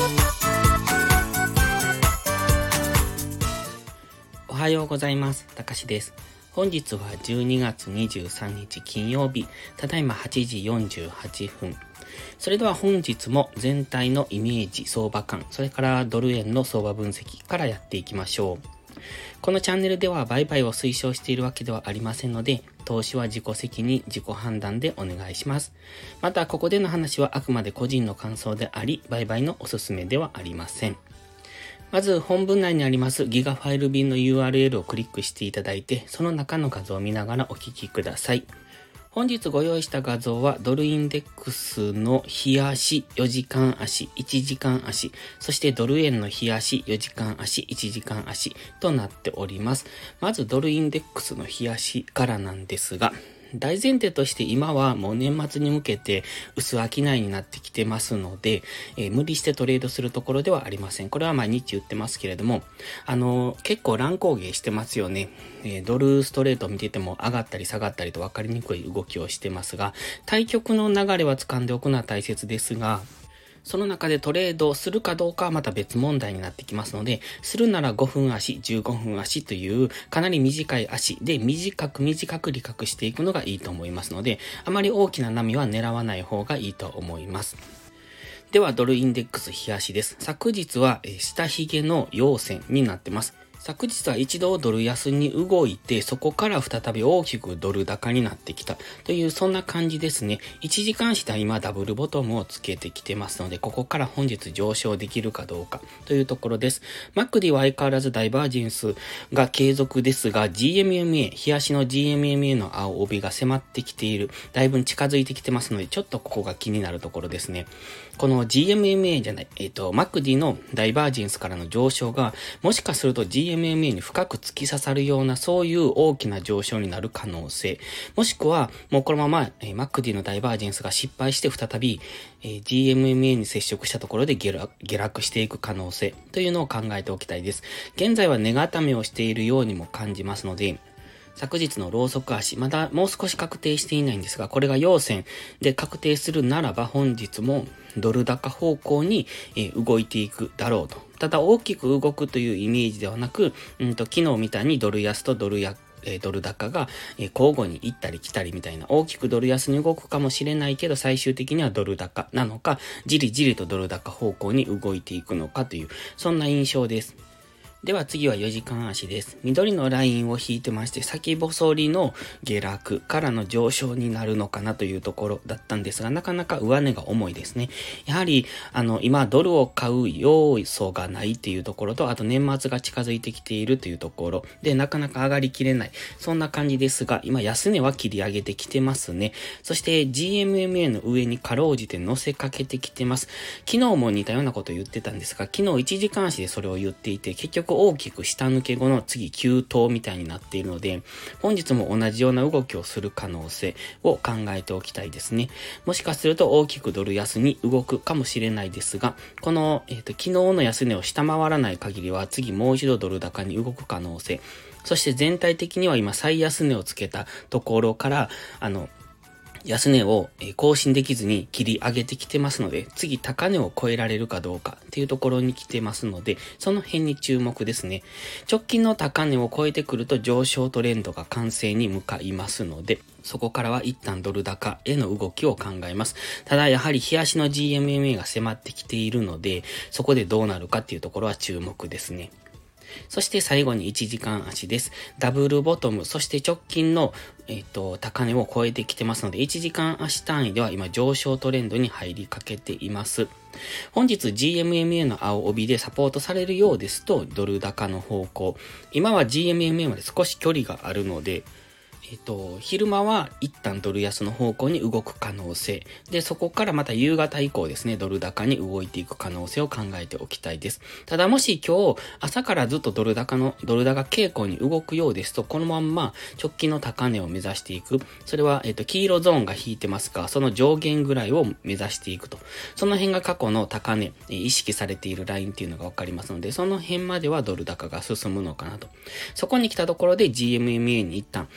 おはようございます。たかしです。本日は12月23日金曜日、ただいま8時48分。それでは本日も全体のイメージ、相場感、それからドル円の相場分析からやっていきましょう。このチャンネルでは売買を推奨しているわけではありませんので、投資は自己責任、自己判断でお願いします。また、ここでの話はあくまで個人の感想であり、売買のおすすめではありません。まず本文内にありますギガファイル便の URL をクリックしていただいて、その中の画像を見ながらお聞きください。本日ご用意した画像はドルインデックスの日足、4時間足、1時間足、そしてドル円の日足、4時間足、1時間足となっております。まずドルインデックスの日足からなんですが、大前提として今はもう年末に向けて薄商いになってきてますので、無理してトレードするところではありません。これは毎日言ってますけれども、結構乱高下してますよね。ドルストレートを見てても上がったり下がったりと分かりにくい動きをしてますが、対局の流れは掴んでおくのは大切ですが、その中でトレードをするかどうかはまた別問題になってきますので、するなら5分足、15分足というかなり短い足で短く利確していくのがいいと思いますので、あまり大きな波は狙わない方がいいと思います。ではドルインデックス日足です。昨日は下髭の陽線になってます。昨日は一度ドル安に動いて、そこから再び大きくドル高になってきたというそんな感じですね。1時間下今ダブルボトムをつけてきてますので、ここから本日上昇できるかどうかというところです。マックディは相変わらずダイバージェンスが継続ですが、GMMA、日足の GMMA の青帯が迫ってきている。だいぶ近づいてきてますので、ちょっとここが気になるところですね。この GMMA じゃない、マックディのダイバージェンスからの上昇が、もしかすると GMMA に深く突き刺さるようなそういう大きな上昇になる可能性。もしくはもうこのまま、マックディのダイバージェンスが失敗して再び、GMMA に接触したところで下落していく可能性というのを考えておきたいです。現在は値固めをしているようにも感じますので、昨日のローソク足、まだもう少し確定していないんですが、これが陽線で確定するならば本日もドル高方向に動いていくだろうと。ただ大きく動くというイメージではなく、昨日みたいにドル安とドル高が交互に行ったり来たりみたいな大きくドル安に動くかもしれないけど最終的にはドル高なのか、じりじりとドル高方向に動いていくのかという、そんな印象です。では次は4時間足です。緑のラインを引いてまして、先細りの下落からの上昇になるのかなというところだったんですが、なかなか上値が重いですね。やはり、今ドルを買う要素がないっていうところと、あと年末が近づいてきているというところで、なかなか上がりきれない。そんな感じですが、今安値は切り上げてきてますね。そして GMMA の上にかろうじて乗せかけてきてます。昨日も似たようなことを言ってたんですが、昨日1時間足でそれを言っていて、結局大きく下抜け後の次急騰みたいになっているので、本日も同じような動きをする可能性を考えておきたいですね。もしかすると大きくドル安に動くかもしれないですが、この、昨日の安値を下回らない限りは次もう一度ドル高に動く可能性。そして全体的には今最安値をつけたところから安値を更新できずに切り上げてきてますので、次高値を超えられるかどうかっていうところに来てますので、その辺に注目ですね。直近の高値を超えてくると上昇トレンドが完成に向かいますので、そこからは一旦ドル高への動きを考えます。ただやはり日足の GMMA が迫ってきているので、そこでどうなるかっていうところは注目ですね。そして最後に1時間足です。ダブルボトム、そして直近の、高値を超えてきてますので、1時間足単位では今上昇トレンドに入りかけています。本日 GMMA の青帯でサポートされるようですと、ドル高の方向。今は GMMA まで少し距離があるので、昼間は一旦ドル安の方向に動く可能性。で、そこからまた夕方以降ですね、ドル高に動いていく可能性を考えておきたいです。ただもし今日朝からずっとドル高傾向に動くようですと、このまんま直近の高値を目指していく。それは、黄色ゾーンが引いてますが、その上限ぐらいを目指していくと。その辺が過去の高値、意識されているラインっていうのがわかりますので、その辺まではドル高が進むのかなと。そこに来たところで GMMA に一旦戻し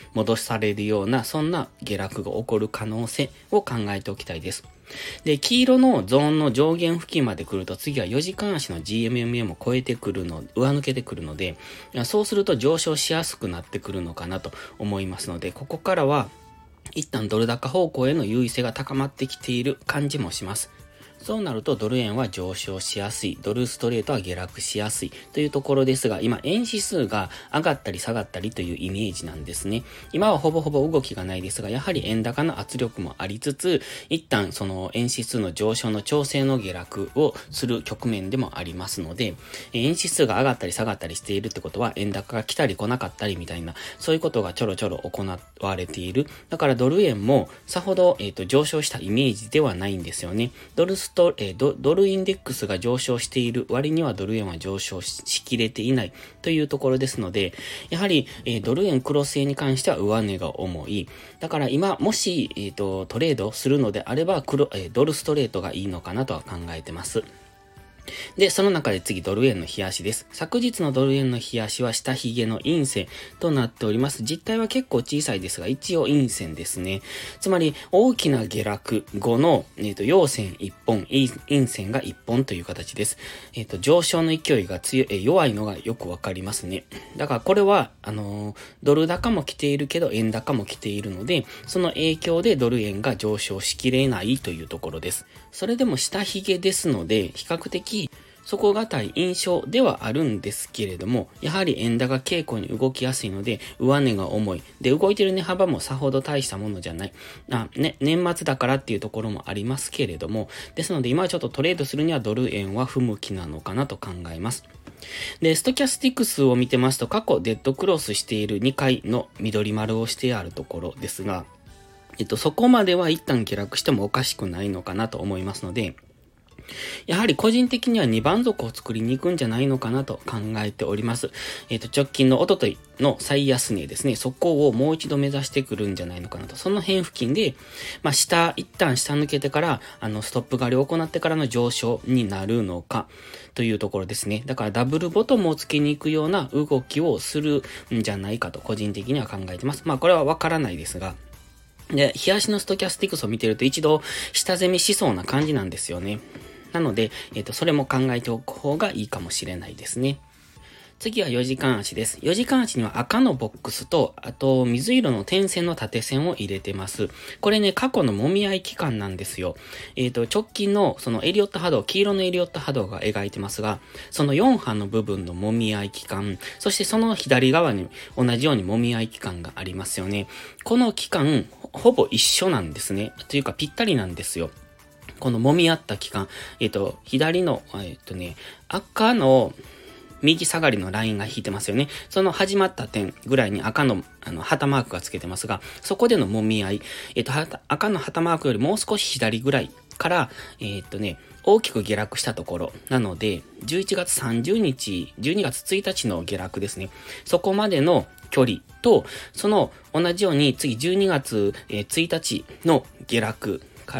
されるような、そんな下落が起こる可能性を考えておきたいです。で、黄色のゾーンの上限付近まで来ると、次は4時間足の GMMA も超えてくるの、上抜けてくるので、そうすると上昇しやすくなってくるのかなと思いますので、ここからは一旦ドル高方向への優位性が高まってきている感じもします。そうなるとドル円は上昇しやすい、ドルストレートは下落しやすいというところですが、今円指数が上がったり下がったりというイメージなんですね。今はほぼほぼ動きがないですが、やはり円高の圧力もありつつ、一旦その円指数の上昇の調整の下落をする局面でもありますので、円指数が上がったり下がったりしているってことは、円高が来たり来なかったりみたいな、そういうことがちょろちょろ行われている。だからドル円もさほど、上昇したイメージではないんですよね。ドルインデックスが上昇している割にはドル円は上昇しきれていないというところですので、やはり、ドル円クロス円に関しては上値が重い。だから今、もし、トレードするのであれば、ドルストレートがいいのかなとは考えてます。で、その中で次ドル円の冷やしです。昨日のドル円の冷やしは下髭の陰線となっております。実態は結構小さいですが、一応陰線ですね。つまり、大きな下落後の、陽線1本、陰線が1本という形です。上昇の勢いが弱いのがよくわかりますね。だからこれは、ドル高も来ているけど、円高も来ているので、その影響でドル円が上昇しきれないというところです。それでも下髭ですので、比較的底堅い印象ではあるんですけれども、やはり円高傾向に動きやすいので、上値が重い。で、動いてる値幅もさほど大したものじゃない。年末だからっていうところもありますけれども、ですので今はちょっとトレードするにはドル円は不向きなのかなと考えます。で、ストキャスティクスを見てますと、過去デッドクロスしている2回の緑丸をしてあるところですが、そこまでは一旦下落してもおかしくないのかなと思いますので、やはり個人的には2番底を作りに行くんじゃないのかなと考えております。直近の一昨日の最安値ですね、そこをもう一度目指してくるんじゃないのかなと。その辺付近で、一旦下抜けてから、ストップ狩りを行ってからの上昇になるのか、というところですね。だからダブルボトムをつけに行くような動きをするんじゃないかと、個人的には考えてます。これはわからないですが、で、日足のストキャスティクスを見てると一度下攻めしそうな感じなんですよね。なので、それも考えておく方がいいかもしれないですね。次は4時間足です。4時間足には赤のボックスと、あと水色の点線の縦線を入れてます。これね、過去の揉み合い期間なんですよ。直近のそのエリオット波動、黄色のエリオット波動が描いてますが、その4波の部分の揉み合い期間、そしてその左側に同じように揉み合い期間がありますよね。この期間、ほぼ一緒なんですね。というかぴったりなんですよ。この揉み合った期間、左の、赤の右下がりのラインが引いてますよね。その始まった点ぐらいに赤の、旗マークがつけてますが、そこでの揉み合い、赤の旗マークよりもう少し左ぐらいから、大きく下落したところなので、11月30日、12月1日の下落ですね。そこまでの距離と、その同じように次12月1日の下落から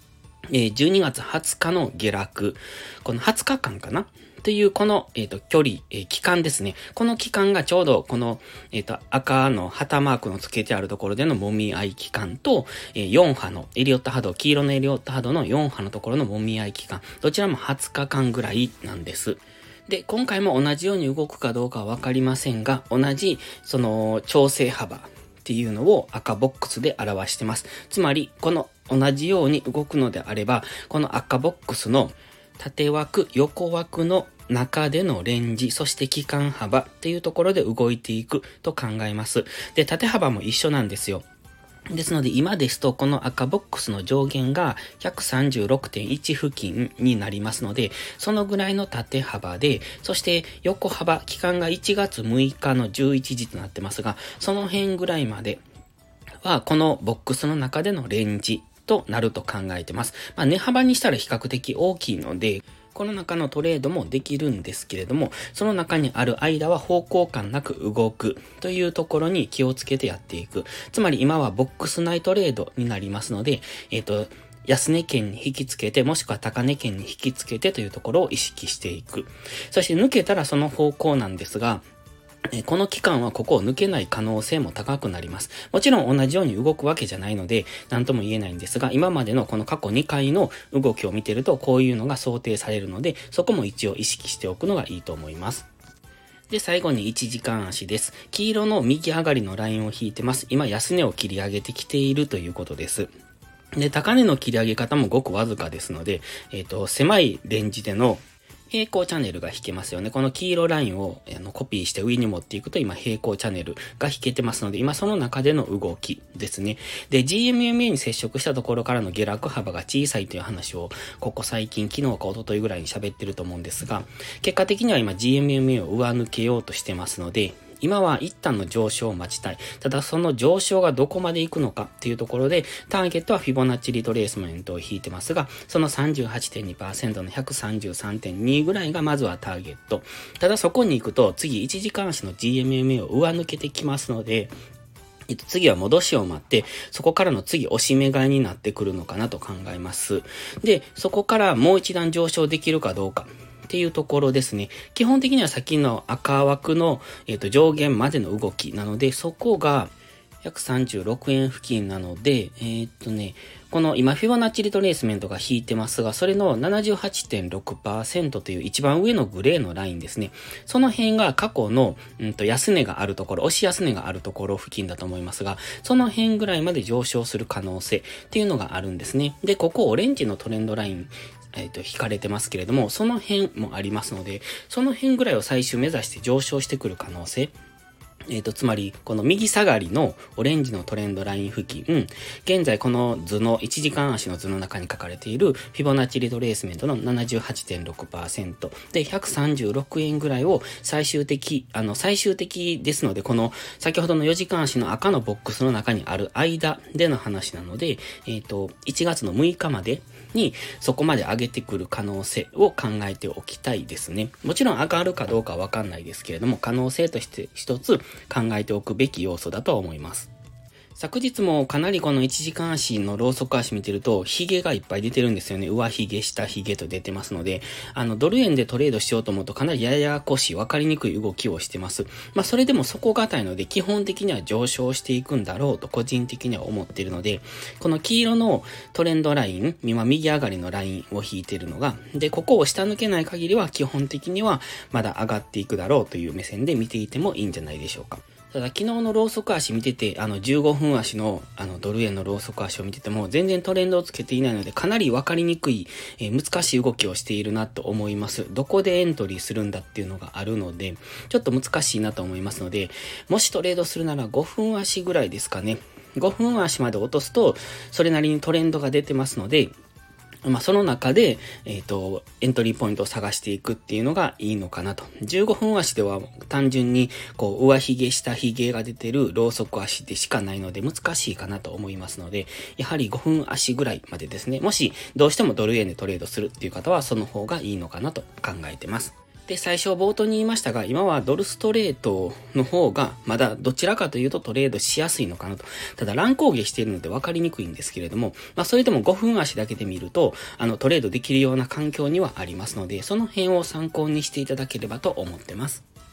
、12月20日の下落、この20日間かなというこの、距離、期間ですね。この期間がちょうどこの、赤の旗マークのつけてあるところでの揉み合い期間と、4波のエリオット波動、黄色のエリオット波動の4波のところの揉み合い期間、どちらも20日間ぐらいなんです。で、今回も同じように動くかどうかはわかりませんが、同じ、その、調整幅っていうのを赤ボックスで表してます。つまり、この同じように動くのであれば、この赤ボックスの縦枠、横枠の中でのレンジ、そして期間幅っていうところで動いていくと考えます。で、縦幅も一緒なんですよ。ですので今ですとこの赤ボックスの上限が 136.1 付近になりますので、そのぐらいの縦幅で、そして横幅、期間が1月6日の11時となってますが、その辺ぐらいまではこのボックスの中でのレンジとなると考えてます。値幅にしたら比較的大きいので、この中のトレードもできるんですけれども、その中にある間は方向感なく動くというところに気をつけてやっていく。つまり今はボックス内トレードになりますので、安値圏に引き付けて、もしくは高値圏に引き付けてというところを意識していく。そして抜けたらその方向なんですが、 この期間はここを抜けない可能性も高くなります。もちろん同じように動くわけじゃないので、何とも言えないんですが、今までのこの過去2回の動きを見てると、こういうのが想定されるので、そこも一応意識しておくのがいいと思います。で、最後に1時間足です。黄色の右上がりのラインを引いてます。今、安値を切り上げてきているということです。で、高値の切り上げ方もごくわずかですので、狭いレンジでの平行チャンネルが引けますよね。この黄色ラインをコピーして上に持っていくと今平行チャンネルが引けてますので、今その中での動きですね。で、GMMA に接触したところからの下落幅が小さいという話をここ最近、昨日か一昨日ぐらいに喋ってると思うんですが、結果的には今 GMMA を上抜けようとしてますので、今は一旦の上昇を待ちたい。ただその上昇がどこまで行くのかっていうところで、ターゲットはフィボナッチリトレースメントを引いてますが、その 38.2% の 133.2 ぐらいがまずはターゲット。ただそこに行くと、次1時間足の GMMA を上抜けてきますので、次は戻しを待って、そこからの次押し目買いになってくるのかなと考えます。で、そこからもう一段上昇できるかどうか。っていうところですね。基本的には先の赤枠の、上限までの動きなので、そこが136円付近なので、この今フィボナッチリトレースメントが引いてますが、それの 78.6% という一番上のグレーのラインですね。その辺が過去の、安値があるところ、押し安値があるところ付近だと思いますが、その辺ぐらいまで上昇する可能性っていうのがあるんですね。で、ここオレンジのトレンドライン、引かれてますけれども、その辺もありますので、その辺ぐらいを最終目指して上昇してくる可能性。つまり、この右下がりのオレンジのトレンドライン付近、現在この図の1時間足の図の中に書かれているフィボナッチリトレースメントの 78.6% で136円ぐらいを最終的ですので、この先ほどの4時間足の赤のボックスの中にある間での話なので、1月の6日までにそこまで上げてくる可能性を考えておきたいですね。もちろん上がるかどうかはわかんないですけれども、可能性として一つ考えておくべき要素だと思います。昨日もかなりこの1時間足のローソク足見てると、ヒゲがいっぱい出てるんですよね。上髭、下髭と出てますので、ドル円でトレードしようと思うとかなりややこしい、わかりにくい動きをしてます。それでも底堅いので、基本的には上昇していくんだろうと個人的には思っているので、この黄色のトレンドライン、今右上がりのラインを引いてるのが、で、ここを下抜けない限りは基本的にはまだ上がっていくだろうという目線で見ていてもいいんじゃないでしょうか。ただ昨日のローソク足見てて、15分足のドル円のローソク足を見てても全然トレンドをつけていないのでかなり分かりにくい、難しい動きをしているなと思います。どこでエントリーするんだっていうのがあるので、ちょっと難しいなと思いますので、もしトレードするなら5分足ぐらいですかね。5分足まで落とすと、それなりにトレンドが出てますので、その中で、エントリーポイントを探していくっていうのがいいのかなと。15分足では単純に、上髭、下髭が出てるローソク足でしかないので難しいかなと思いますので、やはり5分足ぐらいまでですね。もし、どうしてもドル円でトレードするっていう方は、その方がいいのかなと考えてます。で、最初冒頭に言いましたが、今はドルストレートの方が、まだどちらかというとトレードしやすいのかなと。ただ乱高下しているので分かりにくいんですけれども、それでも5分足だけで見ると、トレードできるような環境にはありますので、その辺を参考にしていただければと思ってます。